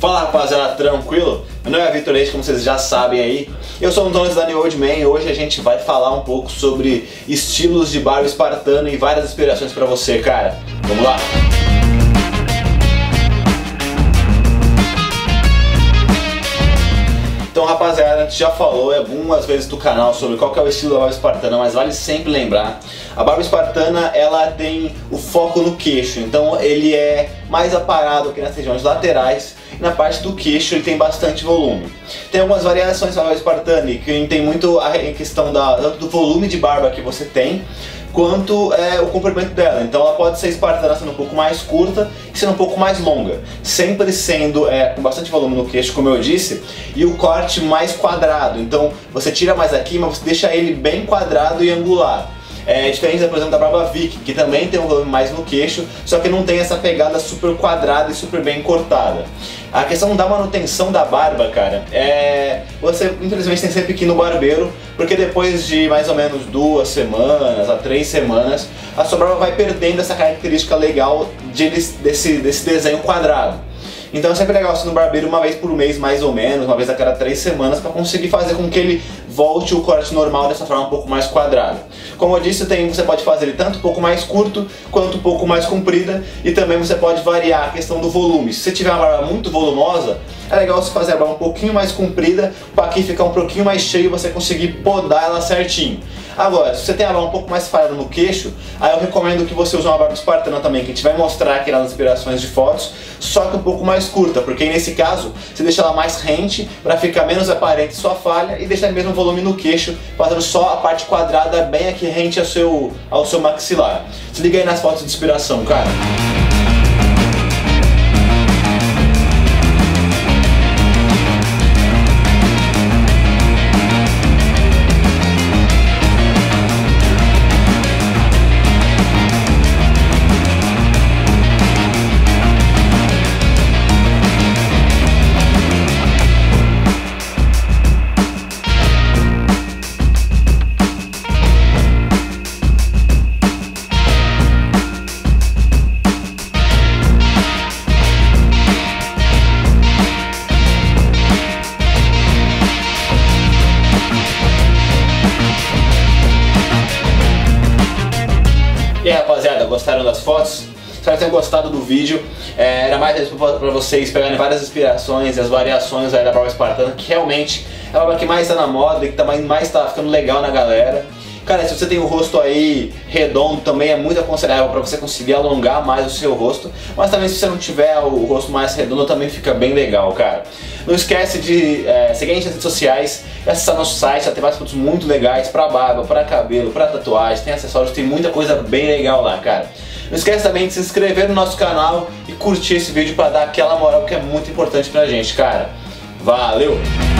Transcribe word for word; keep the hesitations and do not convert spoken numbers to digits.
Fala rapaziada, tranquilo? Meu nome é Vitor Leite, como vocês já sabem aí. Eu sou um dono da New Old Man e hoje a gente vai falar um pouco sobre estilos de barba espartana e várias inspirações pra você, cara. Vamos lá! Então rapaziada, a gente já falou algumas vezes do canal sobre qual que é o estilo da barba espartana, mas vale sempre lembrar, a barba espartana ela tem o foco no queixo, então ele é mais aparado aqui nas regiões laterais e na parte do queixo ele tem bastante volume. Tem algumas variações da barba espartana que tem muito a questão da, tanto do volume de barba que você tem, quanto é, o comprimento dela. Então ela pode ser espartana sendo um pouco mais curta e sendo um pouco mais longa, sempre sendo é, com bastante volume no queixo, como eu disse, e o corte mais quadrado. Então você tira mais aqui, mas você deixa ele bem quadrado e angular. É diferente, por exemplo, da barba Viking, que também tem um volume mais no queixo, só que não tem essa pegada super quadrada e super bem cortada. A questão da manutenção da barba, cara, é... você infelizmente tem sempre que ir no barbeiro, porque depois de mais ou menos duas semanas a três semanas, a sua barba vai perdendo essa característica legal de, desse, desse desenho quadrado. Então é sempre legal ir no barbeiro uma vez por mês, mais ou menos, uma vez a cada três semanas, para conseguir fazer com que ele volte o corte normal dessa forma um pouco mais quadrada. Como eu disse, tem, você pode fazer ele tanto um pouco mais curto, quanto um pouco mais comprida, e também você pode variar a questão do volume. Se você tiver uma barba muito volumosa, é legal você fazer a barba um pouquinho mais comprida, para aqui ficar um pouquinho mais cheio e você conseguir podar ela certinho. Agora, se você tem a barba um pouco mais falhada no queixo, aí eu recomendo que você use uma barba espartana também, que a gente vai mostrar aqui nas inspirações de fotos, só que um pouco mais curta, porque nesse caso você deixa ela mais rente para ficar menos aparente sua falha e deixar o mesmo volume no queixo, fazendo só a parte quadrada bem aqui rente ao seu, ao seu maxilar. Se liga aí nas fotos de inspiração, cara. E aí rapaziada, gostaram das fotos? Espero que tenham gostado do vídeo. É, era mais para vocês pegarem várias inspirações e as variações aí da barba espartana, que realmente é a barba que mais está na moda e que também mais está ficando legal na galera. Cara, se você tem o rosto aí redondo, também é muito aconselhável para você conseguir alongar mais o seu rosto. Mas também se você não tiver o rosto mais redondo, também fica bem legal, cara. Não esquece de é, seguir a gente nas redes sociais, acessar nosso site, já tem vários produtos muito legais para barba, para cabelo, para tatuagem, tem acessórios, tem muita coisa bem legal lá, cara. Não esquece também de se inscrever no nosso canal e curtir esse vídeo para dar aquela moral que é muito importante pra gente, cara. Valeu!